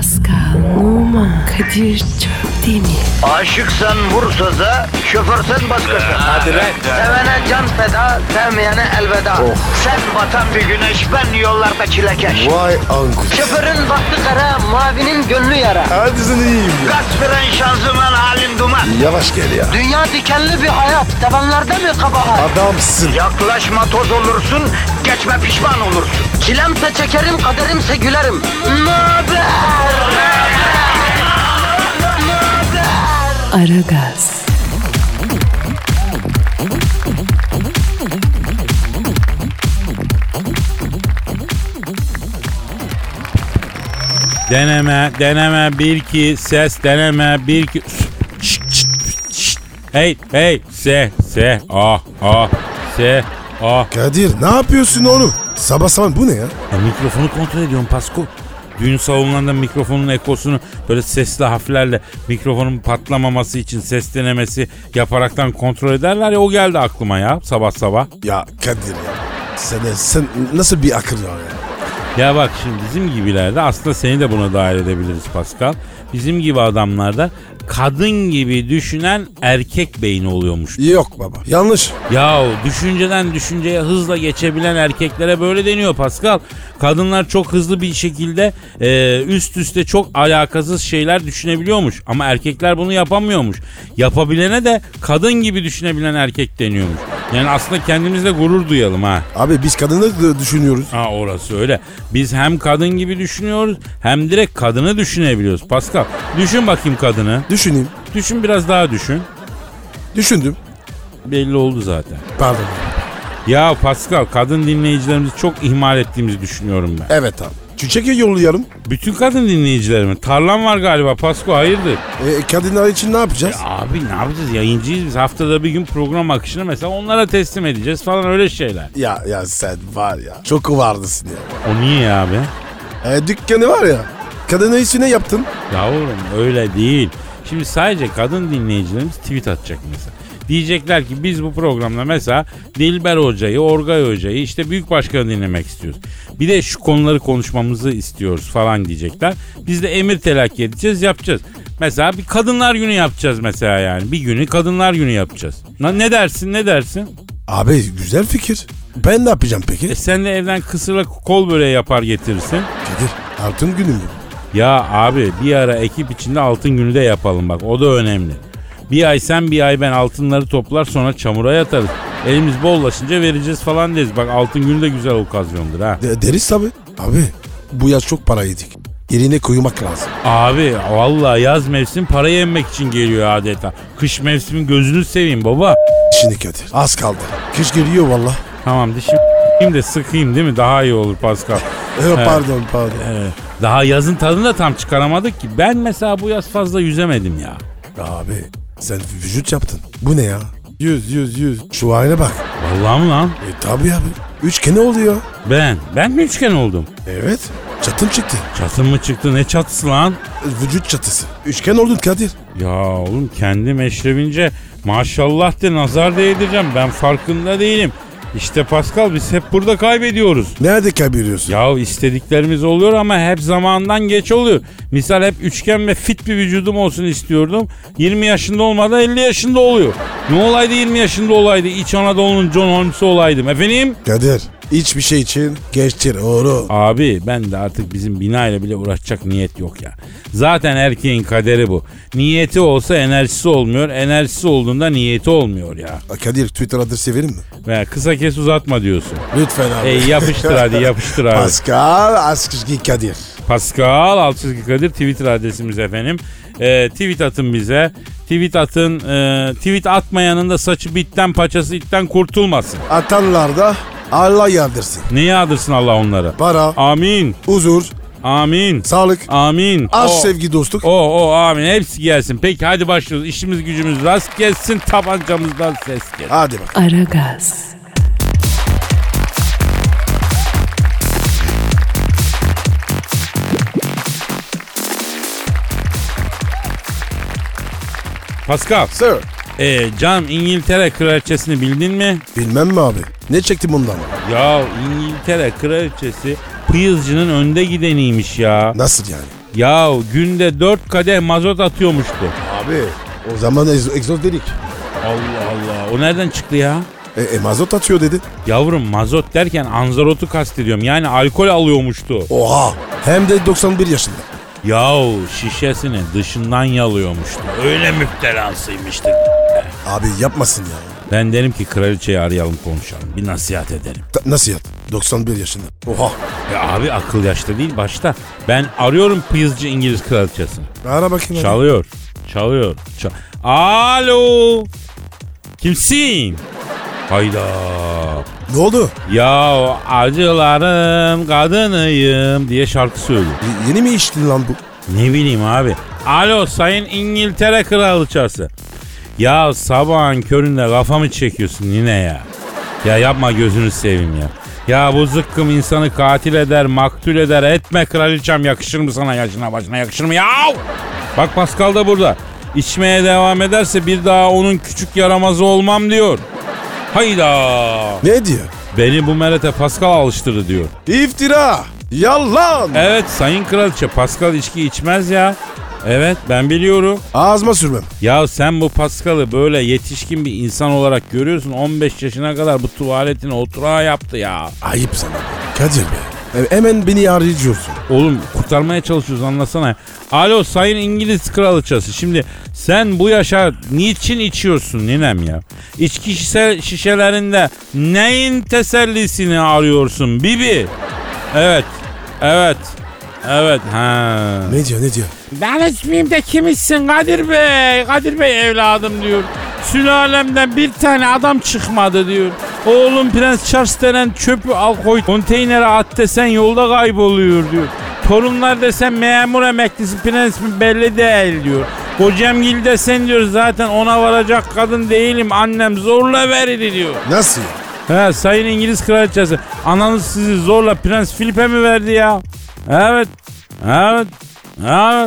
Pascal, Oman, Kadir çok değil mi? Aşıksan vursa da, şoförsen başkasın. Hadi lan. Sevene can feda, sevmeyene elveda. Sen batan bir güneş, ben yollarda çilekeş. Vay anku. Şoförün baktı kara, mavinin gönlü yara. Hadi sen iyiyim ya. Kasperen şanzıman halin duman. Yavaş gel ya. Dünya dikenli bir hayat, sevenlerde mi kabahar? Adamsın. Yaklaşma toz olursun, geçme pişman olursun. Çilemse çekerim, kaderimse gülerim. Möber! Aragaz, Deneme 1 2 ses deneme 1 2 Hey se Kadir ne yapıyorsun oğlum? Sabah sabah bu ne ya? Ya mikrofonu kontrol ediyorum Pasko. Düğün salonlarında mikrofonun ekosunu böyle sesli harflerle mikrofonun patlamaması için ses denemesi yaparaktan kontrol ederler ya, o geldi aklıma ya sabah sabah. Ya Kadir ya. Sen nasıl bir akıl ya? Ya bak şimdi bizim gibilerde aslında seni de buna dahil edebiliriz Pascal. Bizim gibi adamlarda kadın gibi düşünen erkek beyni oluyormuş. Yok baba yanlış. Ya düşünceden düşünceye hızla geçebilen erkeklere böyle deniyor Pascal. Kadınlar çok hızlı bir şekilde üst üste çok alakasız şeyler düşünebiliyormuş. Ama erkekler bunu yapamıyormuş. Yapabilene de kadın gibi düşünebilen erkek deniyormuş. Yani aslında kendimizle gurur duyalım ha. Abi biz kadını da düşünüyoruz. Ha orası öyle. Biz hem kadın gibi düşünüyoruz hem direkt kadını düşünebiliyoruz. Pascal düşün bakayım kadını. Düşüneyim. Düşün, biraz daha düşün. Düşündüm. Belli oldu zaten. Pardon. Ya Pascal, kadın dinleyicilerimizi çok ihmal ettiğimizi düşünüyorum ben. Evet abi. Çiçek yollayalım. Bütün kadın dinleyicilerimi. Tarlan var galiba Pascal, hayırdır? Kadınlar için ne yapacağız? Abi ne yapacağız? Yayıncıyız biz. Haftada bir gün program akışını mesela onlara teslim edeceğiz falan, öyle şeyler. Ya sen var ya. Çok vardısın ya. O niye ya abi? Dükkanı var ya. Kadının içine yaptın. Yavrum öyle değil. Şimdi sadece kadın dinleyicilerimiz tweet atacak mesela. Diyecekler ki biz bu programda mesela Dilber Hoca'yı, Orgay Hoca'yı, işte Büyük Başkan'ı dinlemek istiyoruz. Bir de şu konuları konuşmamızı istiyoruz falan diyecekler. Biz de emir telakki edeceğiz, yapacağız. Mesela bir Kadınlar Günü yapacağız mesela yani. Bir günü Kadınlar Günü yapacağız. Ne dersin? Abi güzel fikir. Ben ne yapacağım peki? Sen de evden kısırla kol böreği yapar getirirsin. Kadir altın günüm bu. Ya abi bir ara ekip içinde altın günü de yapalım bak, o da önemli. Bir ay sen bir ay ben altınları toplar sonra çamura yatarız. Elimiz bollaşınca vereceğiz falan deriz. Bak altın günü de güzel okazyondur ha. Deriz tabi. Abi bu yaz çok para yedik. Yerine koymak lazım. Abi vallahi yaz mevsim parayı emmek için geliyor adeta. Kış mevsimi gözünü seveyim baba. Şimdi Kadir az kaldı. Kış geliyor valla. Tamam dişimi de sıkayım değil mi? Daha iyi olur Pascal. Pardon. Daha yazın tadını da tam çıkaramadık ki. Ben mesela bu yaz fazla yüzemedim ya. Abi sen vücut yaptın. Bu ne ya? Yüz. Şu haline bak. Vallahi mi lan? Tabi abi. Üçgen oluyor. Ben mi üçgen oldum? Evet. Çatım çıktı. Çatım mı çıktı? Ne çatısı lan? Vücut çatısı. Üçgen oldun Kadir. Ya oğlum kendi meşrebince maşallah de nazar değdireceğim. Ben farkında değilim. İşte Pascal biz hep burada kaybediyoruz. Nerede kaybediyorsun? Ya istediklerimiz oluyor ama hep zamandan geç oluyor. Misal hep üçgen ve fit bir vücudum olsun istiyordum. 20 yaşında olmadan 50 yaşında oluyor. Ne olaydı 20 yaşında olaydı? İç Anadolu'nun John Holmes'u olaydım. Efendim? Kadir hiçbir şey için geçtir oğlum. Abi ben de artık bizim bina ile bile uğraşacak niyet yok ya. Zaten erkeğin kaderi bu. Niyeti olsa enerjisi olmuyor. Enerjisi olduğunda niyeti olmuyor ya. Kadir Twitter adresi verir mi? Ve kısa kes uzatma diyorsun. Lütfen abi. Yapıştır hadi yapıştır abi. Pascal Askışki Kadir. Pascal Altçizgi Kadir Twitter adresimiz efendim. Tweet atın bize. Tweet atın. Tweet atmayanın da saçı bitten paçası itten kurtulmasın. Atanlar da Allah yardırsın. Ne yağdırsın Allah onlara? Para, Amin. huzur, Amin. sağlık, Amin. aşk, sevgi, dostluk. Amin. Hepsi gelsin. Peki hadi başlıyoruz. İşimiz gücümüz rast gelsin. Tabancamızdan ses gelsin. Hadi bak. Aragaz, Pascal. Sir. Canım İngiltere kraliçesini bildin mi? Bilmem mi abi? Ne çektim bundan? Ya İngiltere kraliçesi pıyızcının önde gideniymiş ya. Nasıl yani? Ya günde 4 kadeh mazot atıyormuştu. Abi o zaman egzoz dedik. Allah Allah. O nereden çıktı ya? Mazot atıyor dedi. Yavrum mazot derken anzarotu kastediyorum. Yani alkol alıyormuştu. Oha. Hem de 91 yaşında. Yahu şişesini dışından yalıyormuştu. Öyle müptelasıymıştı. Abi yapmasın ya. Ben derim ki kraliçeyi arayalım konuşalım. Bir nasihat edelim. Nasıl yat? 91 yaşında. Oha. Ya abi akıl yaşta değil başta. Ben arıyorum pıyızcı İngiliz kraliçesini. Ara bakayım. Çalıyor. Çalıyor. Alo. Kimsin? Hayda. Ne oldu? Ya acıların kadınıyım diye şarkı söylüyor. Yeni mi içtin lan bu? Ne bileyim abi. Alo sayın İngiltere kraliçesi. Ya sabahın köründe kafamı çekiyorsun yine ya. Ya yapma gözünü seveyim ya. Ya bu zıkkım insanı katil eder, maktul eder. Etme kraliçem, yakışır mı sana, yaşına başına yakışır mı ya? Bak Pascal da burada. İçmeye devam ederse bir daha onun küçük yaramazı olmam diyor. Hayda. Ne diyor? Beni bu melete Pascal alıştırdı diyor. İftira. Yalan. Evet sayın kraliçe, Pascal içki içmez ya. Evet ben biliyorum. Ağzıma sürmem. Ya sen bu Pascal'ı böyle yetişkin bir insan olarak görüyorsun. 15 yaşına kadar bu tuvaletini oturağı yaptı ya. Ayıp sana. Kadir be. Hemen beni arayıcıyorsun. Oğlum kurtarmaya çalışıyoruz, anlasana. Alo sayın İngiliz kraliçesi. Şimdi sen bu yaşa niçin içiyorsun ninem ya? İçki şişelerinde neyin tesellisini arıyorsun Bibi? Evet. Evet. Evet. Ha. Ne diyor? Ben içmeyeyim de kim içsin Kadir Bey? Kadir Bey evladım diyor. Sülalemden bir tane adam çıkmadı diyor. Oğlum Prens Charles denen çöpü al koy konteynere at desen yolda kayboluyor diyor. Torunlar desen memur emeklisi prens mi belli değil diyor. Kocamgil desen diyor zaten ona varacak kadın değilim, annem zorla verildi diyor. Nasıl ya? He sayın İngiliz kraliçesi, ananız sizi zorla Prens Philip'e mi verdi ya? Evet. Evet. Evet.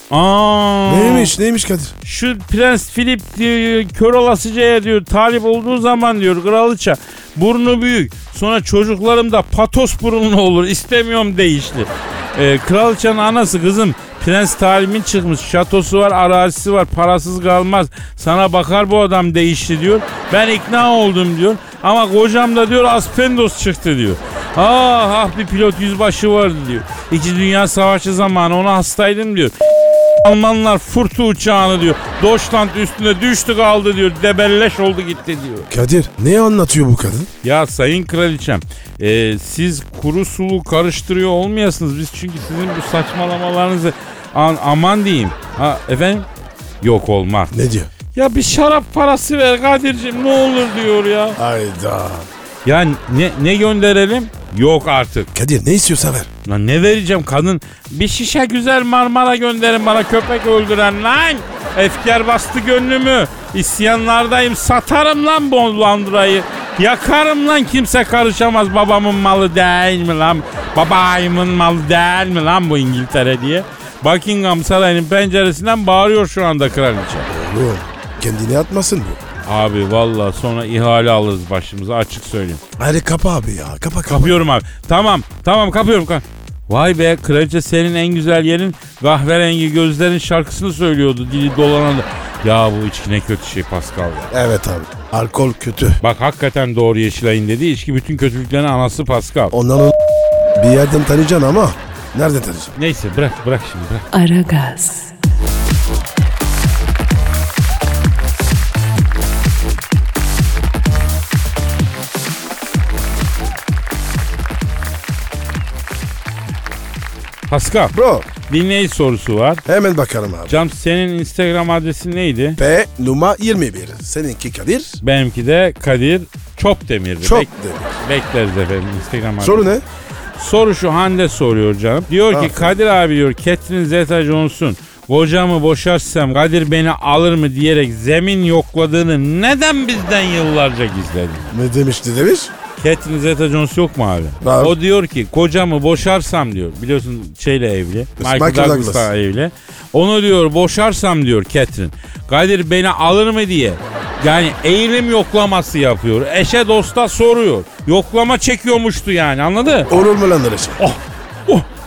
Aa. Neymiş Kadir? Şu Prens Philip diyor, kör olasıcaya diyor talip olduğu zaman diyor kraliçe burnu büyük. Sonra çocuklarım da patos burunlu olur. İstemiyorum değişti. Kraliçenin anası kızım prens talimin çıkmış. Şatosu var, arazisi var, parasız kalmaz. Sana bakar bu adam değişti diyor. Ben ikna oldum diyor. Ama kocam da diyor aspendos çıktı diyor. Bir pilot yüzbaşı vardı diyor. 2. Dünya Savaşı zamanı ona hastaydım diyor. Almanlar fırtı uçağını diyor. Deutschland üstüne düştü kaldı diyor. Debelleş oldu gitti diyor. Kadir ne anlatıyor bu kadın? Ya sayın kraliçem siz kuru sulu karıştırıyor olmayasınız. Biz çünkü sizin bu saçmalamalarınızı aman diyeyim. Efendim? Yok olmaz. Ne diyor? Ya bir şarap parası ver Kadir'cim ne olur diyor ya. Hayda. Ya ne gönderelim? Yok artık. Kadir ne istiyorsa ver. Lan ne vereceğim kadın? Bir şişe güzel Marmara gönderin bana, köpek öldüren lan. Efkar bastı gönlümü. İsyanlardayım, satarım lan bu Londra'yı. Yakarım lan, kimse karışamaz, babamın malı değil mi lan? Babayımın malı değil mi lan bu İngiltere diye. Buckingham Sarayı'nın penceresinden bağırıyor şu anda kraliçe. Oğlum kendini atmasın bu. Abi vallahi sonra ihale alırız başımıza, açık söyleyeyim. Hadi kapa abi ya kapa. Kapıyorum abi. Tamam kapıyorum. Vay be, kraliçe senin en güzel yerin kahverengi gözlerin şarkısını söylüyordu dili dolanandı. Ya bu içki ne kötü şey Pascal ya. Evet abi alkol kötü. Bak hakikaten doğru Yeşilay'ın dediği, içki bütün kötülüklerin anası Pascal. Ondan bir yerden tanıyacaksın ama nereden tanıyacaksın? Neyse bırak şimdi bırak. Aragaz. Pascal, Bro dinleyici sorusu var. hemen bakalım abi. Cam senin Instagram adresin neydi? P numara 21. Seninki Kadir. Benimki de Kadir Çopdemir'di. Çok demir. Bekleriz efendim Instagram adresi. Soru ne? Soru şu, Hande soruyor canım. Diyor ki Aferin. Kadir abi diyor, Catherine Zeta-Jones'un kocamı boşarsam Kadir beni alır mı diyerek zemin yokladığını neden bizden yıllarca gizledin? Ne demiş? Catherine Zeta-Jones yok mu abi? Var. O diyor ki kocamı boşarsam diyor. Biliyorsun şeyle evli. Michael Douglas'la evli. Onu diyor boşarsam diyor Catherine. Kadir beni alır mı diye. Yani eğilim yoklaması yapıyor. Eşe dosta soruyor. Yoklama çekiyormuştu yani, anladın? Olur mu lan öyle şey?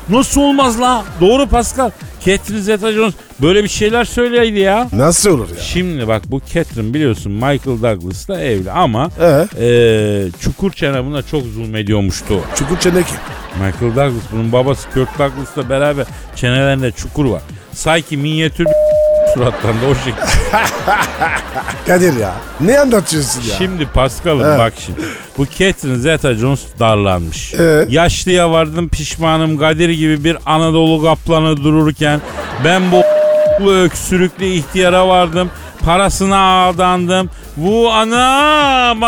Nasıl olmaz la? Doğru Pascal. Catherine Zeta-Jones böyle bir şeyler söyleydi ya. Nasıl olur ya? Şimdi bak bu Catherine biliyorsun Michael Douglas'la evli ama Çukur Çene buna çok zulmediyormuştu. Çukur çene kim? Michael Douglas bunun babası Kurt Douglas'la beraber çenelerinde çukur var. Sanki minyatür suratlarında o şekilde. Kadir ya. Ne anlatıyorsun ya? Şimdi Pascal'ım bak şimdi. Bu Catherine Zeta-Jones darlanmış. Yaşlıya vardım pişmanım Kadir gibi bir Anadolu kaplanı dururken ben bu öksürüklü ihtiyara vardım. Parasına adandım. Bu anam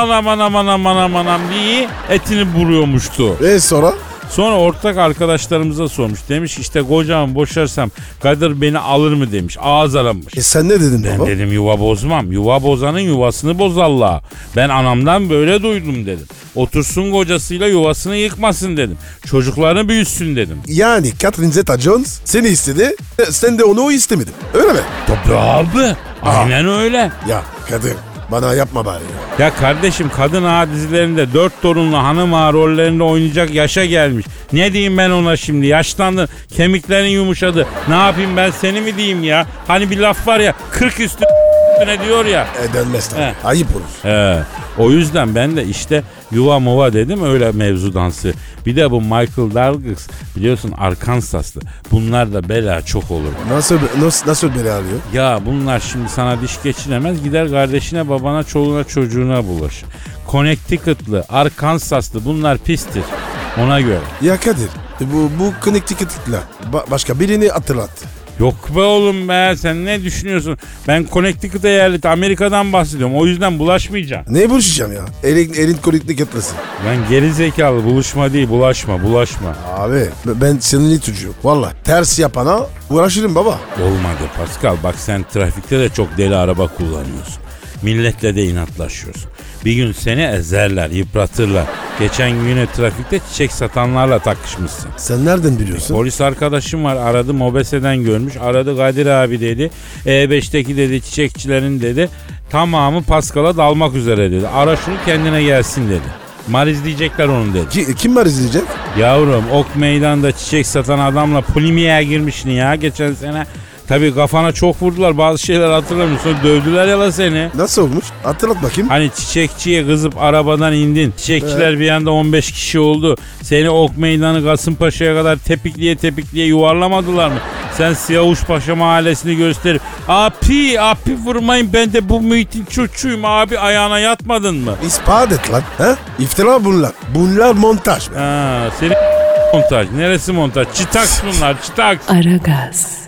anam diye etini vuruyormuştu. Sonra? Sonra ortak arkadaşlarımıza sormuş. Demiş işte kocamı boşarsam Kadir beni alır mı demiş. Ağız aramış. Sen ne dedin Ben baba? dedim yuva bozmam. Yuva bozanın yuvasını bozallah. Ben anamdan böyle duydum dedim. Otursun kocasıyla yuvasını yıkmasın dedim. Çocuklarını büyütsün dedim. Yani Catherine Zeta-Jones seni istedi. Sen de onu istemedin. Öyle mi? Tabii abi. Aynen öyle. Ya Kadir bana yapma bari ya. Ya kardeşim kadın ağa dizilerinde 4 torunlu hanım ağa rollerinde oynayacak yaşa gelmiş. Ne diyeyim ben ona şimdi? Yaşlandın, kemiklerin yumuşadı. Ne yapayım ben seni mi diyeyim ya? Hani bir laf var ya 40 üstüne diyor ya. Dönmez tabii. He. Ayıp olur. O yüzden ben de işte yuva muva dedim öyle mevzu dansı. Bir de bu Michael Douglas biliyorsun Arkansaslı. Bunlar da bela çok olur. Nasıl bela alıyor? Ya bunlar şimdi sana diş geçiremez gider kardeşine babana çoluğuna çocuğuna bulaşır. Connecticut'lı Arkansaslı bunlar pistir ona göre. Ya Kadir bu Connecticut'la başka birini hatırlattı. Yok be oğlum be sen ne düşünüyorsun? Ben Connecticut eyaleti Amerika'dan bahsediyorum o yüzden bulaşmayacağım. Ne buluşacağım ya? Elin Connecticut'lısı. Ben geri zekalı buluşma değil bulaşma. Abi ben seninle çocuğum. Valla ters yapana uğraşırım baba. Olmadı Pascal bak sen trafikte de çok deli araba kullanıyorsun. Milletle de inatlaşıyorsun. Bir gün seni ezerler, yıpratırlar. Geçen gün yine trafikte çiçek satanlarla takışmışsın. Sen nereden biliyorsun? Polis arkadaşım var aradı Mobese'den görmüş. Aradı Kadir abi dedi. E5'teki dedi çiçekçilerin dedi. Tamamı Pascal'a dalmak üzere dedi. Ara şunu kendine gelsin dedi. Mariz diyecekler onu dedi. Kim var izleyecek? Yavrum ok meydanda çiçek satan adamla polimiğe girmişsin ya geçen sene. Tabii kafana çok vurdular bazı şeyler hatırlamıyorsun. Dövdüler ya la seni. Nasıl olmuş? Hatırlat bakayım. Hani çiçekçiye kızıp arabadan indin. Çiçekçiler bir anda 15 kişi oldu. Seni ok meydanı Kasımpaşa'ya kadar tepikliye yuvarlamadılar mı? Sen Siyavuş Paşa mahallesini gösterip abi vurmayın ben de bu mühitin çocuğuyum abi ayağına yatmadın mı? İspat et lan. He? İftira bunlar. Bunlar montaj. Senin montaj. Neresi montaj? Çıtaks bunlar çıtaks. Aragaz.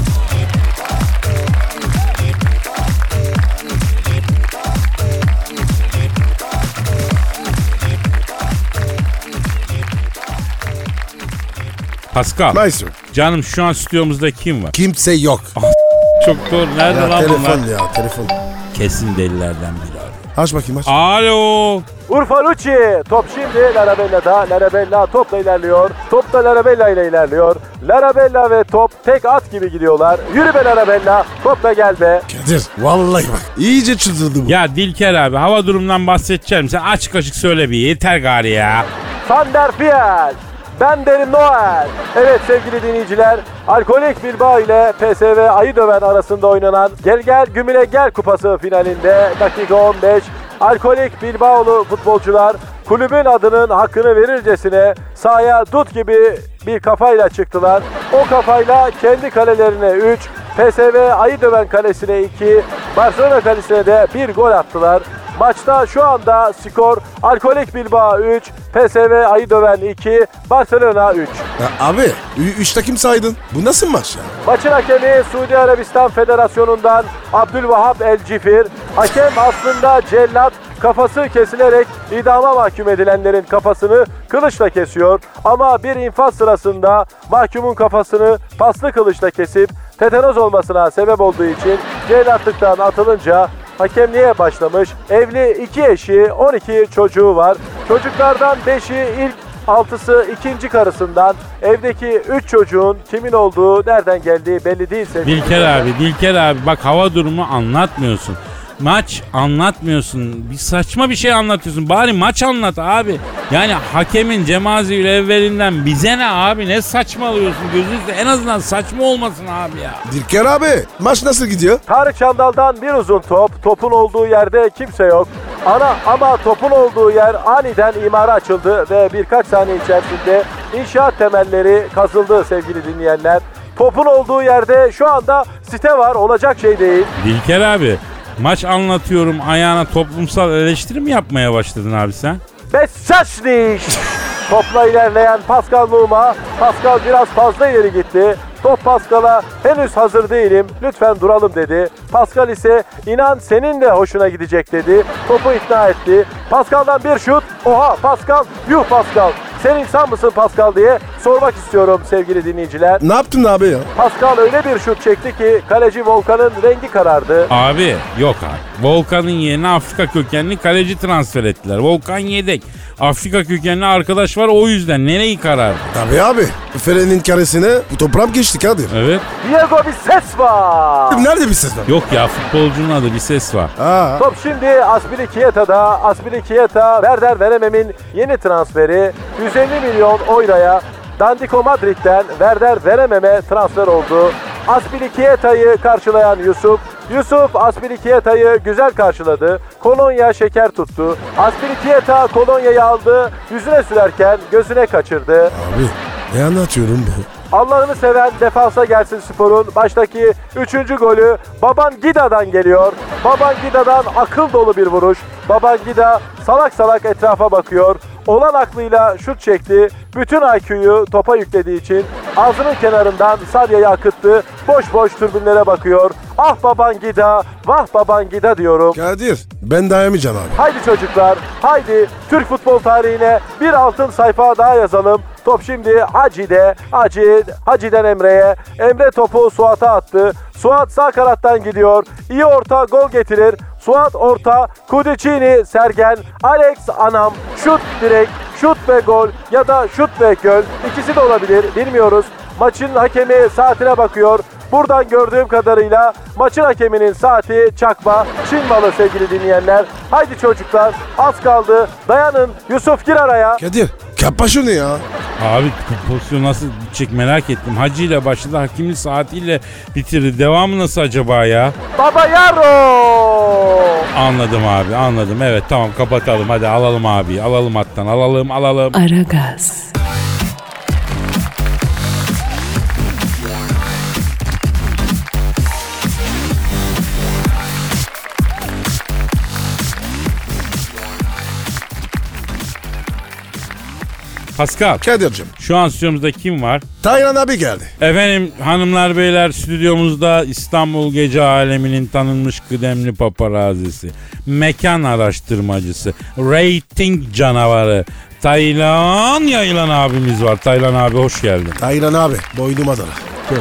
Pascal. Nice. Canım şu an stüdyomuzda kim var? Kimse yok. Çok doğru. Nerede Ya, lan telefon bunlar? ya telefon. Kesin delilerden biri abi. Aç bakayım aç. Alo. Urfa Lucci. Top şimdi Larabella'da. Larabella topla ilerliyor. Top da Larabella ile ilerliyor. Larabella ve top tek at gibi gidiyorlar. Yürü be Larabella. Top da gel be. Kadir vallahi bak. İyice çıldırdı bu. Ya Dilker abi hava durumundan bahsedeceğim. Sen açık açık söyle bir yeter gari ya. Van der Fiel. Ben derim Noel. Evet sevgili dinleyiciler, Alkolik Bilbao ile PSV Ayıdöven arasında oynanan Gel Gümüle Gel Kupası finalinde dakika 15 Alkolik Bilbao'lu futbolcular kulübün adının hakkını verircesine sahaya dut gibi bir kafayla çıktılar. O kafayla kendi kalelerine 3, PSV Ayıdöven kalesine 2, Barcelona kalesine de 1 gol attılar. Maçta şu anda skor Alkolik Bilbao 3, PSV Ayıdöven 2, Barcelona 3. Ya abi 3 takım saydın. Bu nasıl maç ya? Maçın hakemi Suudi Arabistan Federasyonu'ndan Abdülvahap El Cifir. Hakem aslında cellat, kafası kesilerek idama mahkum edilenlerin kafasını kılıçla kesiyor. Ama bir infaz sırasında mahkumun kafasını paslı kılıçla kesip tetanoz olmasına sebep olduğu için cellatlıktan atılınca hakemliğe başlamış. Evli 2 eşi, 12 çocuğu var. Çocuklardan 5'i ilk, 6'sı ikinci karısından. Evdeki 3 çocuğun kimin olduğu, nereden geldiği belli değil. Dilker abi bak hava durumu anlatmıyorsun. maç anlatmıyorsun. Bir saçma bir şey anlatıyorsun. Bari maç anlat abi. Yani hakemin Cemaziyül evvelinden bize ne abi? Ne saçmalıyorsun? Gözünüzde en azından saçma olmasın abi ya. Dilker abi maç nasıl gidiyor? Tarık Çandal'dan bir uzun top. Topun olduğu yerde kimse yok. Ama topun olduğu yer aniden imara açıldı ve birkaç saniye içerisinde inşaat temelleri kazıldı sevgili dinleyenler. Topun olduğu yerde şu anda site var, olacak şey değil. Dilker abi, maç anlatıyorum ayağına toplumsal eleştiri mi yapmaya başladın abi sen? Beşiktaş. Topla ilerleyen Pascal Nouma. Pascal biraz fazla ileri gitti. Top Pascal'a henüz hazır değilim, lütfen duralım dedi. Pascal ise inan senin de hoşuna gidecek dedi. Topu ikna etti. Pascal'dan bir şut. Oha Pascal, yuh Pascal. Sen insan mısın Pascal diye sormak istiyorum sevgili dinleyiciler. Ne yaptın abi ya? Pascal öyle bir şut çekti ki kaleci Volkan'ın rengi karardı. Abi yok abi. Volkan'ın yerine Afrika kökenli kaleci transfer ettiler. Volkan yedek. Afrika kökenli arkadaş var o yüzden. Nereyi karardı? Tabii abi. Feren'in karesine bu toprak geçtik hadi. Evet. Diego Bisesva. Nerede bir ses var? Yok ya futbolcunun adı bir ses var. Aa. Top şimdi Aspilicueta'da. Aspilicueta Werder Bremen'in yeni transferi 150 milyon euroya Atletico Madrid'den Werder Bremen'e transfer oldu. Aspilicueta'yı karşılayan Yusuf Aspilicueta'yı güzel karşıladı. Kolonya şeker tuttu. Aspilicueta kolonyayı aldı. Yüzüne sürerken gözüne kaçırdı. Abi ne anlatıyorum bu? Allah'ını seven defansa gelsin Spor'un baştaki 3. golü Babangida'dan geliyor. Babangida'dan akıl dolu bir vuruş. Babangida salak salak etrafa bakıyor. Olan aklıyla şut çekti. Bütün IQ'yu topa yüklediği için ağzının kenarından salyayı akıttı. Boş boş tribünlere bakıyor. Ah Babangida, vah Babangida diyorum. Kadir ben dayamayacağım abi. Haydi çocuklar, haydi Türk futbol tarihine bir altın sayfa daha yazalım. Top şimdi Hacı'de. Hacı'den Emre'ye. Emre topu Suat'a attı. Suat sağ kanattan gidiyor. İyi orta gol getirir. Suat orta. Kudicini Sergen. Alex Anam. Şut direkt. Şut ve gol ya da şut ve göl. İkisi de olabilir. Bilmiyoruz. Maçın hakemi saatine bakıyor. Buradan gördüğüm kadarıyla maçın hakeminin saati çakma. Çin malı sevgili dinleyenler. Haydi çocuklar az kaldı. Dayanın. Yusuf gir araya. Kadir kapa şunu ya. Abi bu pozisyon nasıl bitecek merak ettim. Hacı ile başladı, hakimli saatiyle bitirdi. Devamı nasıl acaba ya? Baba Yaro. Anladım abi, anladım. Evet tamam kapatalım. Hadi alalım abi. Alalım hattan. Alalım. Aragaz. Pascal, Kadir'cim. şu an stüdyomuzda kim var? Taylan abi geldi. Efendim hanımlar beyler stüdyomuzda İstanbul gece aleminin tanınmış kıdemli paparazisi, mekan araştırmacısı, rating canavarı Taylan Yaylan abimiz var. Taylan abi hoş geldin. Taylan abi boynuma dala.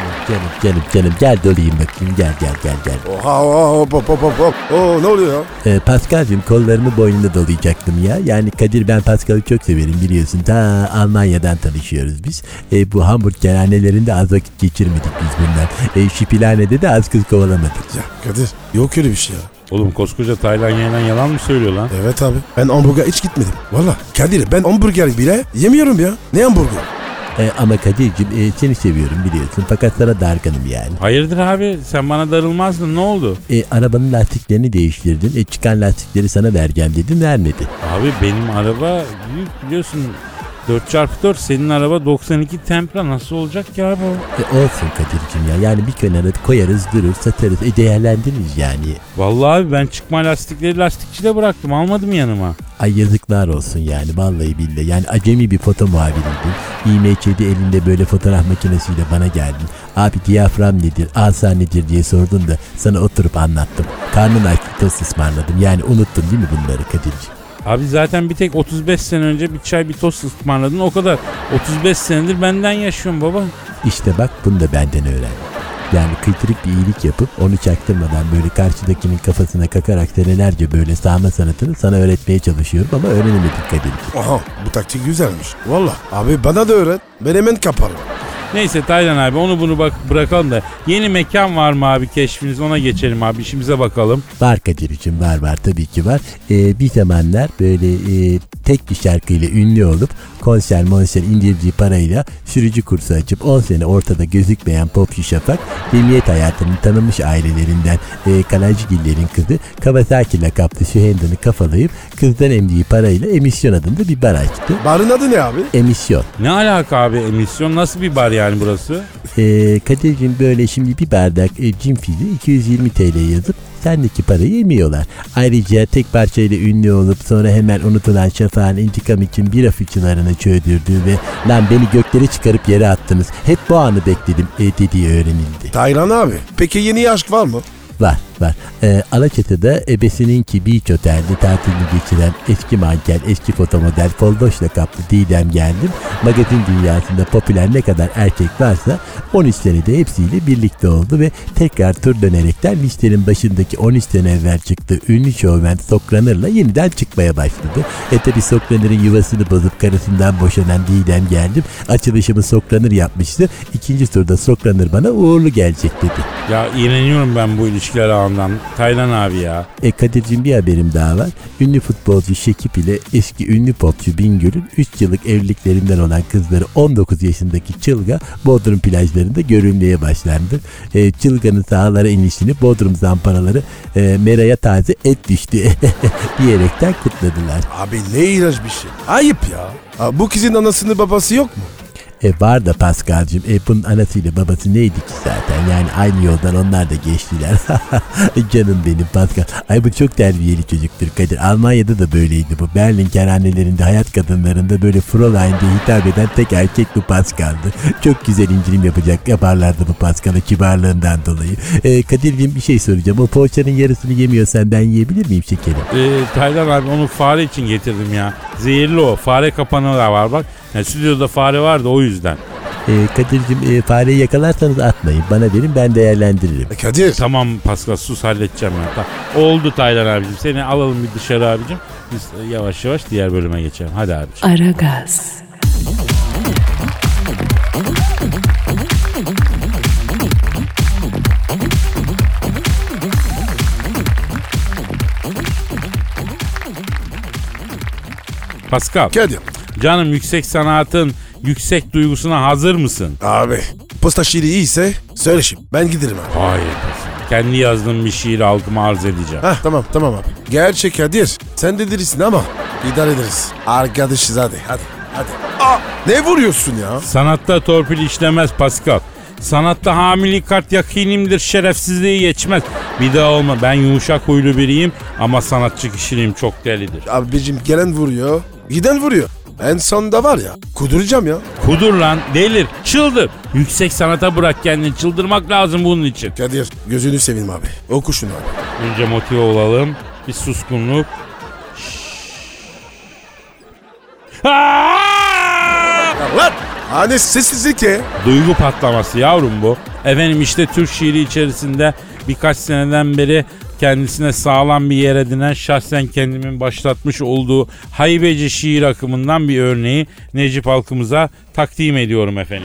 Canım gel dolayım bakayım gel. Oha hop. Oo ne oluyor ya? Pascal'cığım kollarımı boynunda dolayacaktım ya. Yani Kadir ben Pascal'ı çok severim biliyorsun. Ta Almanya'dan tanışıyoruz biz. Bu hamburgerhanelerinde az vakit geçirmedik biz bundan. Şipilanede de az kız kovalamadık. Ya Kadir yok öyle bir şey ya. Oğlum koskoca Taylan Yaylan yalan mı söylüyor lan? Evet abi ben hamburger hiç gitmedim. Valla Kadir ben hamburger bile yemiyorum ya. Ne hamburger? Ama Kadir'cim seni seviyorum biliyorsun. Fakat sana dargınım yani. Hayırdır abi sen bana darılmazdın ne oldu? Arabanın lastiklerini değiştirdin. Çıkan lastikleri sana vereceğim dedim vermedi. Abi benim araba büyük biliyorsun 4x4 senin araba 92 Tempra nasıl olacak ki abi o? Olsun Kadir'cim ya. Yani bir kenara koyarız durur satarız. Değerlendiririz yani. Vallahi abi ben çıkma lastikleri lastikçide bıraktım almadım yanıma. Ay yazıklar olsun yani vallahi billahi. Yani acemi bir foto muhabiriydin. IMC'de elinde böyle fotoğraf makinesiyle bana geldin. Abi diyafram nedir, asa nedir diye sordun da sana oturup anlattım. Karnın aç tost ısmarladım. Yani unuttun değil mi bunları Kadir'ciğim? Abi zaten bir tek 35 sene önce bir çay bir tost ısmarladın o kadar. 35 senedir benden yaşıyorum baba. İşte bak bunu da benden öğren. Yani kıytırık bir iyilik yapıp onu çaktırmadan böyle karşıdakinin kafasına kakarak senelerce böyle sağma sanatını sana öğretmeye çalışıyorum ama öğrenemedik Kadir'ciğim. Aha bu taktik güzelmiş. Valla abi bana da öğret. Ben hemen kaparım. Neyse Taylan abi onu bunu bırakalım da yeni mekan var mı abi keşfiniz, ona geçelim abi, işimize bakalım. Var Kadir'cim, var tabii ki var. Bir zamanlar böyle tek bir şarkıyla ünlü olup konser indirdiği parayla sürücü kursu açıp 10 sene ortada gözükmeyen popçu Şafak, cemiyet hayatının tanınmış ailelerinden Kalaycıgillerin kızı Kawasaki lakaplı Sühendan'ı kafalayıp kızdan emdiği parayla Emisyon adında bir bar açtı. Barın adı ne abi? Emisyon. Ne alaka abi emisyon, nasıl bir bar yani burası? Kadir'cim böyle şimdi bir bardak cin fizi 220 TL yazıp sendeki parayı yemiyorlar. Ayrıca tek parçayla ünlü olup sonra hemen unutulan Şafak'ın intikam için bira fıçılarını çöldürdüğü ve lan beni göklere çıkarıp yere attınız, hep bu anı bekledim dediği öğrenildi. Taylan abi, peki yeni aşk var mı? Var. Alaçatı'da ebesininki Beach Otel'de tatilini geçiren eski manken, eski fotomodel, Foldoş lakaplı Didem Geldim, magazin dünyasında popüler ne kadar erkek varsa 13 senede hepsiyle birlikte oldu ve tekrar tur dönerekten listenin başındaki 13 sene evvel çıktığı ünlü şovmen Sokranır'la yeniden çıkmaya başladı. Tabi Sokranır'ın yuvasını bozup karısından boşanan Didem Geldim açılışımı Sokranır yapmıştı. İkinci turda Sokranır bana uğurlu gelecek dedi. Ya iğreniyorum ben bu ilişkiler ağından Taylan abi ya. Kadir'cim bir haberim daha var. Ünlü futbolcu Şekip ile eski ünlü popçu Bingöl'ün 3 yıllık evliliklerinden olan kızları 19 yaşındaki Çılga Bodrum plajlarında görülmeye başlandı. Çılga'nın sahalara inişini Bodrum zamparaları Mera'ya taze et düştü diyerekten kutladılar. Abi ne iğrenç bir şey. Ayıp ya. Bu kızın anasının babası yok mu? Var da Pascal'cığım bunun anasıyla babası neydi ki zaten, yani aynı yoldan onlar da geçtiler. Canım benim Pascal. Ay bu çok terbiyeli çocuktur Kadir. Almanya'da da böyleydi bu. Berlin kerhanelerinde hayat kadınlarında böyle Fräulein diye hitap eden tek erkek bu Pascal'dı. Çok güzel indirim yaparlardı bu Pascal'a kibarlığından dolayı. Kadir'cim bir şey soracağım. O poğaçanın yarısını yemiyorsan ben yiyebilir miyim şekerim? Taylan abi onu fare için getirdim ya. Zehirli o. Fare kapanı da var bak. Yani stüdyoda fare vardı o yüzden. Kadir'cim fareyi yakalarsanız atmayın. Bana verin, ben değerlendiririm. Kadir. Tamam Pascal sus, halledeceğim ben. Oldu Taylan abicim. Seni alalım bir dışarı abicim. Biz yavaş yavaş diğer bölüme geçelim. Hadi abicim. Aragaz. Pascal. Kadir. Canım yüksek sanatın yüksek duygusuna hazır mısın? Abi posta şiiri iyiyse söyle şimdi. Ben giderim abi. Hayır Pascal. Kendi yazdığım bir şiiri halkıma arz edeceğim. Tamam abi. Gerçek Kadir. Sen de delisin ama idare ederiz. Arkadaşız hadi. Ne vuruyorsun ya? Sanatta torpil işlemez Pascal. Sanatta hamilik kart yakinimdir, şerefsizliği geçmez. Bir daha olma, ben yumuşak huylu biriyim ama sanatçı kişiliğim çok delidir. Abi bizim gelen vuruyor, giden vuruyor. En sonunda var ya, kuduracağım ya. Kudur lan, delir, çıldır. Yüksek sanata bırak kendini, çıldırmak lazım bunun için. Kadir gözünü seveyim abi. Oku şunu abi. Önce motive olalım, bir suskunluk. Lan! Hani sessizlik ya. Duygu patlaması yavrum bu. Efendim işte Türk şiiri içerisinde birkaç seneden beri kendisine sağlam bir yer edinen, şahsen kendimin başlatmış olduğu haybeci şiir akımından bir örneği Necip halkımıza takdim ediyorum efendim.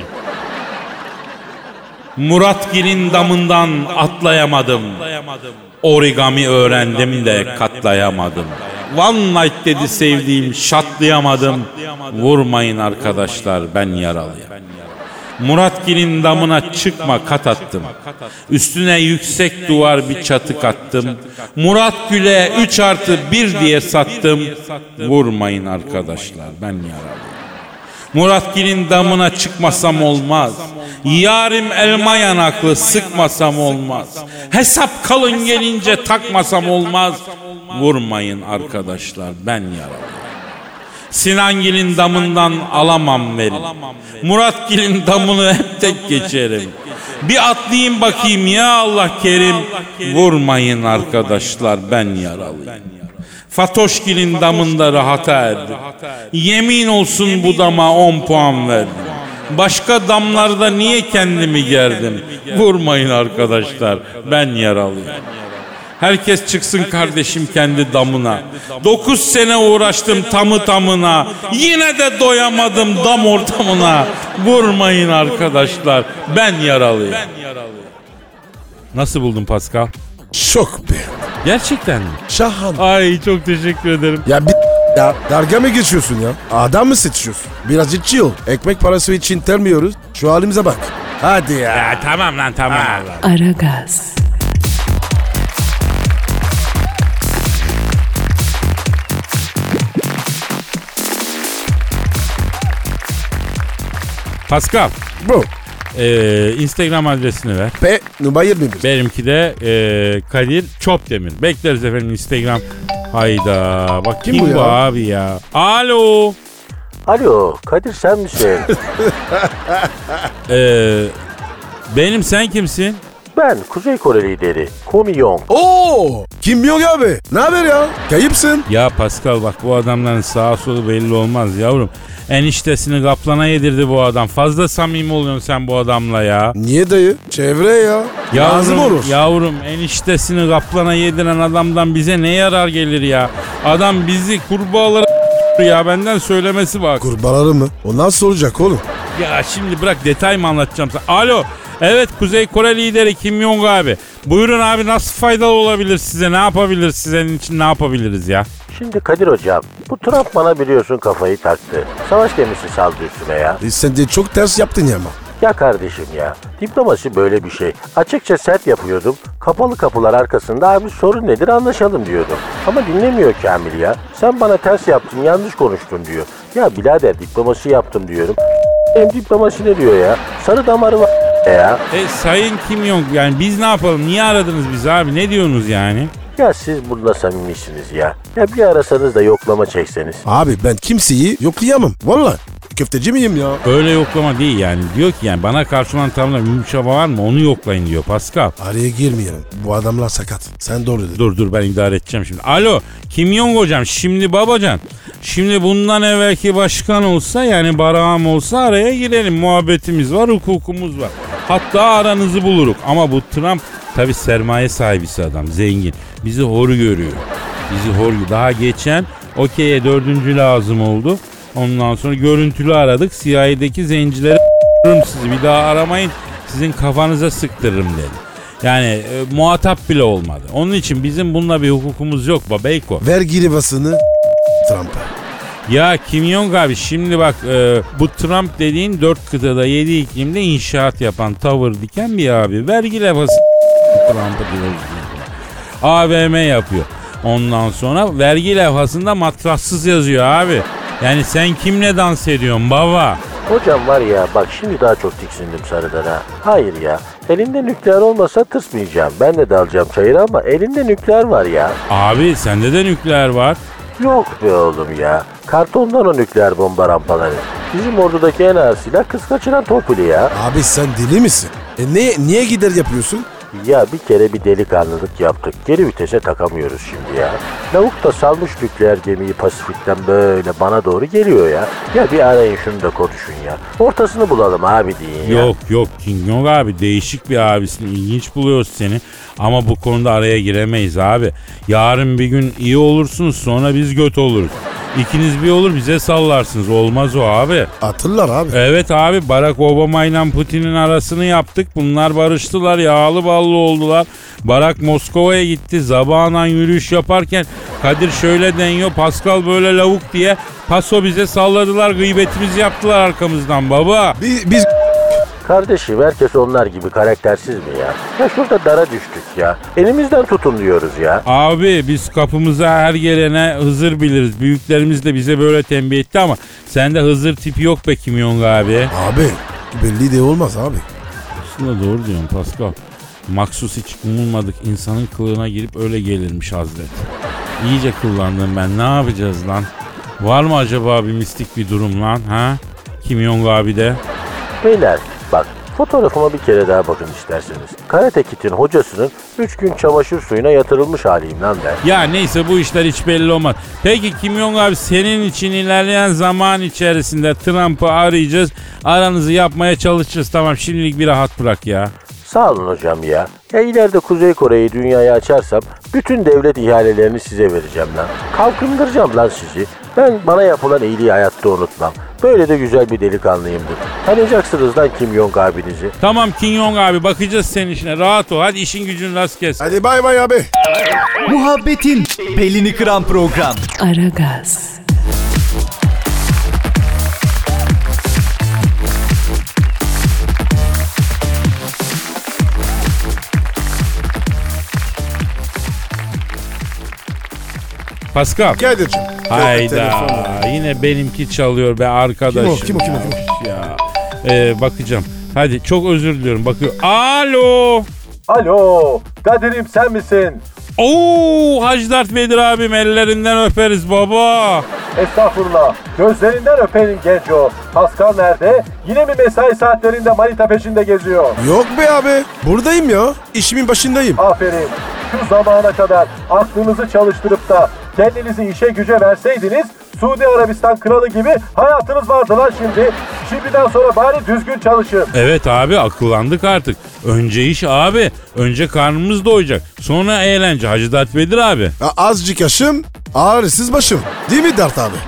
Muratgil'in damından atlayamadım. Origami öğrendim de katlayamadım. One night dedi sevdiğim, şatlayamadım. Vurmayın arkadaşlar, ben yaralıyım. Muratgil'in damına çıkma kat attım. Üstüne yüksek duvar bir çatı kattım. Muratgül'e 3+1 diye sattım. Vurmayın arkadaşlar, ben yaralıyım. Muratgil'in damına çıkmasam olmaz. Yarim elma yanaklı sıkmasam olmaz. Hesap kalın gelince takmasam olmaz. Vurmayın arkadaşlar, ben yaralıyım. Sinangil'in damından alamam verin. Muratgil'in damını hep tek geçerim. Bir atlayayım bakayım ya Allah kerim. Vurmayın arkadaşlar, ben yaralıyım. Fatoşgil'in damında rahata erdim. Yemin olsun bu dama 10 puan verdim. Başka damlarda niye kendimi gerdim? Vurmayın arkadaşlar, ben yaralıyım. Herkes çıksın kardeşim kendi damına. 9 sene uğraştım tamı tamına. Yine de doyamadım dam ortamına. Vurmayın arkadaşlar, ben yaralıyım. Nasıl buldun Pascal? Çok be. Gerçekten mi? Şahane. Ay çok teşekkür ederim. Ya ya dalga mı geçiyorsun ya? Adam mı seçiyorsun? Biraz içi ol. Ekmek parası için termiyoruz. Şu halimize bak. Hadi ya. Ya tamam lan tamam. Aragaz. Pascal, Bu. Instagram adresini ver. P numara 21. Benimki de Kadir Çopdemir. Bekleriz efendim Instagram. Hayda. Bak kim bu ya? abi ya? Alo. Alo Kadir sen misin? Benim, sen kimsin? Ben Kuzey Kore lideri Kim Jong. Oo! Kim yok abi? Ne haber ya? Kayıpsın. Ya Pascal bak, bu adamların sağa solu belli olmaz yavrum. Eniştesini kaplana yedirdi bu adam. Fazla samimi oluyorsun sen bu adamla ya. Niye dayı? Çevre ya. Lazım olur. Yavrum eniştesini kaplana yediren adamdan bize ne yarar gelir ya? Adam bizi kurbağalara ya, benden söylemesi bak. Kurbaları mı? O nasıl olacak oğlum? Ya şimdi bırak, detay mı anlatacağım sana? Alo. Evet, Kuzey Kore lideri Kim Jong abi. Buyurun abi, nasıl faydalı olabilir size? Ne yapabiliriz, sizin için ne yapabiliriz ya? Şimdi Kadir hocam bu Trump bana biliyorsun kafayı taktı. Savaş gemisi saldı üstüme ya. Sen de çok ters yaptın ya ama. Ya kardeşim ya, diplomasi böyle bir şey. Açıkça sert yapıyordum. Kapalı kapılar arkasında abi sorun nedir anlaşalım diyordum. Ama dinlemiyor Kamil ya. Sen bana ters yaptın, yanlış konuştun diyor. Ya birader diplomasi yaptım diyorum. Hem diplomasi ne diyor ya? Sarı damarı var ya. Sayın Kim Jong, yani biz ne yapalım? Niye aradınız bizi abi? Ne diyorsunuz yani? Ya siz burada samimisiniz ya. Ya bir arasanız da yoklama çekseniz. Abi ben kimseyi yoklayamam. Vallahi. Köfteci miyim ya? Öyle yoklama değil yani. Diyor ki yani bana karşı olan tavırda yumuşama var mı? Onu yoklayın diyor Pascal. Araya girmeyelim. Bu adamlar sakat. Sen doğru dedin. Dur ben idare edeceğim şimdi. Alo Kim Jong hocam, şimdi babacan. Şimdi bundan evvelki başkan olsa, yani Barakam olsa araya girelim. Muhabbetimiz var, hukukumuz var. Hatta aranızı buluruk. Ama bu Trump tabi sermaye sahibisi adam, zengin. Bizi hor görüyor. Daha geçen okey'e 4. lazım oldu. Ondan sonra görüntülü aradık. CIA'deki zencileri sizi bir daha aramayın. Sizin kafanıza sıktırırım dedi. Yani muhatap bile olmadı. Onun için bizim bununla bir hukukumuz yok babeyko. Vergi rivasını Trump'a. Ya Kim Jong abi, şimdi bak bu Trump dediğin 4 kıtada 7 iklimde inşaat yapan, tavır diken bir abi. Vergi levhası Trump'ı diyoruz. AVM yapıyor. Ondan sonra vergi levhasında matrassız yazıyor abi. Yani sen kimle dans ediyorsun baba? Hocam var ya bak, şimdi daha çok tiksindim sarıdan ha. Hayır ya, elinde nükleer olmasa tırsmayacağım. Ben de dalacağım çayıra ama elinde nükleer var ya. Abi sende de nükleer var. Yok be oğlum ya. Kartondan o nükleer bomba rampaları. Bizim ordudaki en ağır silah kız kaçıran torpili ya. Abi sen deli misin? Niye gider yapıyorsun? Ya bir kere bir delikanlılık yaptık. Geri vitese takamıyoruz şimdi ya. Lavuk da salmış nükleer gemiyi Pasifik'ten böyle bana doğru geliyor ya. Ya bir arayın şunu da konuşun ya. Ortasını bulalım abi deyin ya. Yok King Kong abi, değişik bir abisin. İlginç buluyoruz seni. Ama bu konuda araya giremeyiz abi. Yarın bir gün iyi olursunuz, sonra biz göt oluruz. İkiniz bir olur bize sallarsınız. Olmaz o abi. Atırlar abi. Evet abi, Barack Obama ile Putin'in arasını yaptık. Bunlar barıştılar, yağlı ballı oldular. Barack Moskova'ya gitti. Zabağına yürüyüş yaparken Kadir şöyle deniyor, Pascal böyle lavuk diye paso bize salladılar. Gıybetimizi yaptılar arkamızdan baba. Biz Kardeşim herkes onlar gibi karaktersiz mi ya? Ya şurada dara düştük ya. Elimizden tutun diyoruz ya. Abi biz kapımıza her gelene Hızır biliriz. Büyüklerimiz de bize böyle tembih etti ama sende Hızır tipi yok be Kim Jong abi. Abi belli de olmaz abi. Aslında doğru diyorsun Pascal. Maksus hiç umulmadık insanın kılığına girip öyle gelirmiş Hazret. İyice kullandım ben, ne yapacağız lan? Var mı acaba bir mistik bir durum lan ha? Kim Jong abi de. Beyler bak, fotoğrafıma bir kere daha bakın isterseniz. Karate Kid'in hocasının 3 gün çamaşır suyuna yatırılmış haliyim lan ben. Ya neyse, bu işler hiç belli olmaz. Peki Kim Jong abi, senin için ilerleyen zaman içerisinde Trump'ı arayacağız. Aranızı yapmaya çalışacağız. Tamam, şimdilik bir rahat bırak ya. Sağ olun hocam ya. Ya ileride Kuzey Kore'yi dünyaya açarsam bütün devlet ihalelerini size vereceğim lan. Kalkındıracağım lan sizi. Ben bana yapılan iyiliği hayatta unutmam. Böyle de güzel bir delikanlıyımdır. Tanıyacaksınız lan Kim Jong abinizi. Tamam King Yong abi, bakacağız senin işine. Rahat ol. Hadi işin gücün rast kes. Hadi bay bay abi. Muhabbetin belini kıran program. Aragaz. Pascal. Kadir'cim. Hayda. Telefon. Yine benimki çalıyor be arkadaşım. Kim o? Ya. Bakacağım. Hadi çok özür diliyorum. Bakıyor. Alo. Alo, Kadir'im sen misin? Oo, Hacı Dert Vedir abim, ellerinden öperiz baba. Estağfurullah. Gözlerinden öperim Genco. Pascal nerede? Yine mi mesai saatlerinde manita peşinde geziyor? Yok be abi. Buradayım ya. İşimin başındayım. Aferin. Şu zamana kadar aklınızı çalıştırıp da kendinizi işe güce verseydiniz Suudi Arabistan kralı gibi hayatınız vardı lan şimdi. Şimdiden sonra bari düzgün çalışın. Evet abi, akıllandık artık. Önce iş abi. Önce karnımız doyacak. Sonra eğlence Hacı Dert Vedir abi. Ya azıcık yaşım, ağrısız başım. Değil mi Dert abi?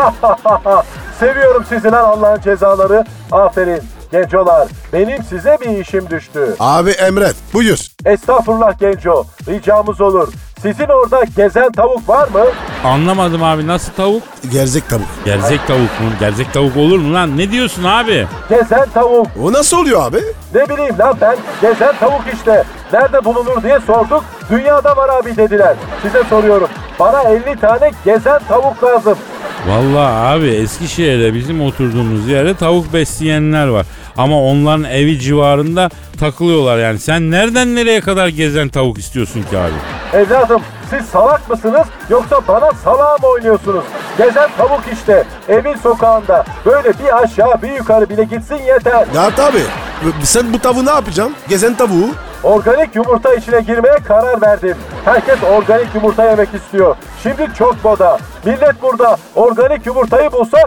Seviyorum sizi lan Allah'ın cezaları. Aferin. Gencolar, benim size bir işim düştü. Abi emret. Buyur. Estağfurullah Genco. Ricamız olur. Sizin orada gezen tavuk var mı? Anlamadım abi, nasıl tavuk? Gerzek tavuk. Gerzek tavuk mu? Gerzek tavuk olur mu lan? Ne diyorsun abi? Gezen tavuk. O nasıl oluyor abi? Ne bileyim lan ben. Gezen tavuk işte. Nerede bulunur diye sorduk. Dünyada var abi dediler. Size soruyorum. Bana 50 tane gezen tavuk lazım. Vallahi abi, Eskişehir'de bizim oturduğumuz yerde tavuk besleyenler var. Ama onların evi civarında takılıyorlar yani. Sen nereden nereye kadar gezen tavuk istiyorsun ki abi? Evladım siz salak mısınız yoksa bana salağa mı oynuyorsunuz? Gezen tavuk işte. Evin sokağında. Böyle bir aşağı bir yukarı bile gitsin yeter. Dert abi. Sen bu tavuğu ne yapacaksın? Gezen tavuğu. Organik yumurta içine girmeye karar verdim. Herkes organik yumurta yemek istiyor. Şimdi çok moda. Millet burada organik yumurtayı bulsa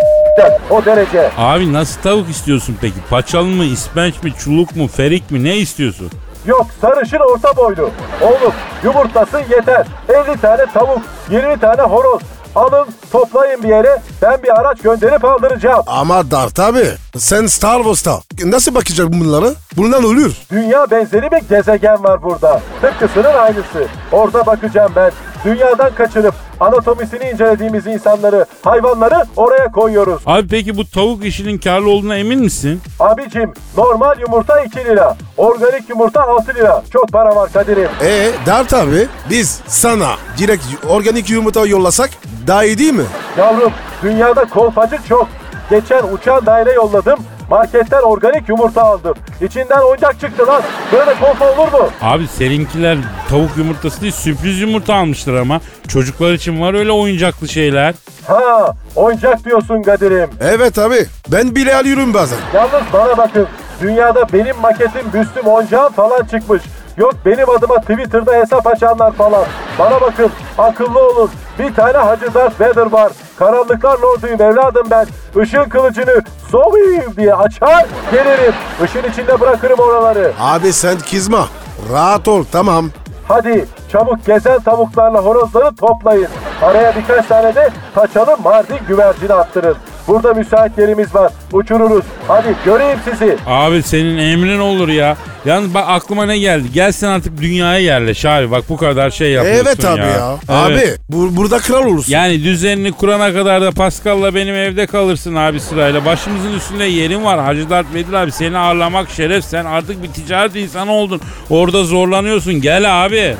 o derece. Abi nasıl tavuk istiyorsun peki? Paçalı mı, ispenç mi, çuluk mu, ferik mi, ne istiyorsun? Yok sarışın orta boylu. Oğlum yumurtası yeter. 50 tane tavuk, 20 tane horoz. Alın toplayın bir yere, ben bir araç gönderip aldıracağım. Ama Dert abi, sen Star Wars'ta nasıl bakacaksın bunlara? Bundan ölür. Dünya benzeri bir gezegen var burada. Tıpkısının aynısı. Orada bakacağım ben. Dünyadan kaçırıp anatomisini incelediğimiz insanları, hayvanları oraya koyuyoruz. Abi peki bu tavuk işinin karlı olduğuna emin misin? Abicim normal yumurta 2 lira. Organik yumurta 6 lira. Çok para var Kadir'im. Dert abi, biz sana direkt organik yumurta yollasak daha iyi değil mi? Yavrum dünyada kolpacı çok. Geçen uçan daire yolladım. Marketten organik yumurta aldım. İçinden oyuncak çıktı lan. Böyle kolpa olur mu? Abi seninkiler tavuk yumurtası değil, sürpriz yumurta almışlar ama. Çocuklar için var öyle oyuncaklı şeyler. Ha, oyuncak diyorsun Kadir'im. Evet abi, ben bile alıyorum bazen. Yalnız bana bakın. Dünyada benim maketim, büstüm, oyuncağım falan çıkmış. Yok benim adıma Twitter'da hesap açanlar falan. Bana bakın, akıllı olun. Bir tane Hacı Darth Vader var. Karanlıklar lorduyum evladım ben. Işın kılıcını sovayım diye açar gelirim. Işın içinde bırakırım oraları. Abi sen kızma. Rahat ol, tamam. Hadi çabuk gezen tavuklarla horozları toplayın. Araya birkaç tane de paçalı Mardin güvercini attırın. Burada müsait yerimiz var. Uçururuz. Hadi göreyim sizi. Abi senin emrin olur ya. Yalnız bak aklıma ne geldi. Gel sen artık dünyaya yerleş abi. Bak bu kadar şey yapıyorsun Evet abi ya. Evet. Abi burada kral olursun. Yani düzenini kurana kadar da Pascal'la benim evde kalırsın abi sırayla. Başımızın üstünde yerin var. Hacı Dert Vedir abi, seni ağırlamak şeref. Sen artık bir ticaret insanı oldun. Orada zorlanıyorsun. Gel abi.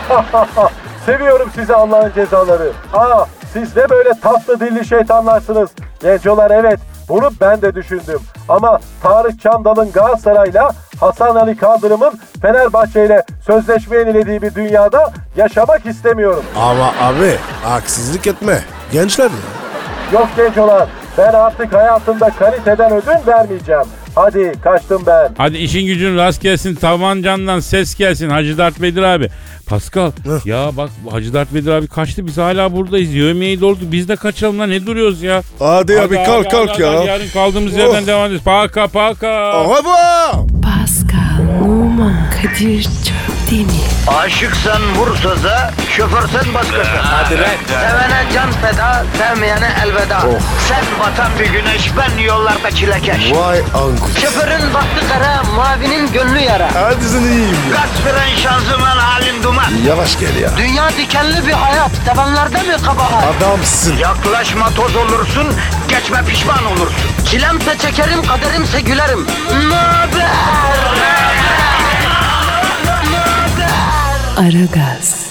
Seviyorum sizi Allah'ın cezaları. Siz de böyle tatlı dilli şeytanlarsınız. Gencolar evet bunu ben de düşündüm. Ama Tarık Çamdal'ın Galatasaray'la Hasan Ali Kaldırım'ın Fenerbahçe'yle sözleşme yenilediği bir dünyada yaşamak istemiyorum. Ama abi haksızlık etme. Gençler ya. Yok gencolar ben artık hayatımda kaliteden ödün vermeyeceğim. Hadi kaçtım ben. Hadi işin gücün rast gelsin. Tabancandan ses gelsin Hacı Dert Vedir abi. Pascal ya bak Hacı Dert Vedir abi kaçtı, biz hala buradayız. Yemeği doldu, biz de kaçalım lan, ne duruyoruz ya? Hadi abi kalk ya. Yarın kaldığımız yerden devam edeceğiz. Paka. Au revoir. Pascal, Oman, Numan Kadir Çöpdemir. Aşıksan vursa da, şoförsen başkasın. Hadi lan. Sevene can feda, sevmeyene elveda. Sen batan bir güneş, ben yollarda çilekeş. Vay anku. Şoförün baktı kara, mavinin gönlü yara. Hadi sen iyiyim ya. Kasperen şanzıman halin duman. Yavaş gel ya. Dünya dikenli bir hayat, sevenlerde mi kabahar? Adamsın. Yaklaşma toz olursun, geçme pişman olursun. Çilemse çekerim, kaderimse gülerim. Möber! Aragaz.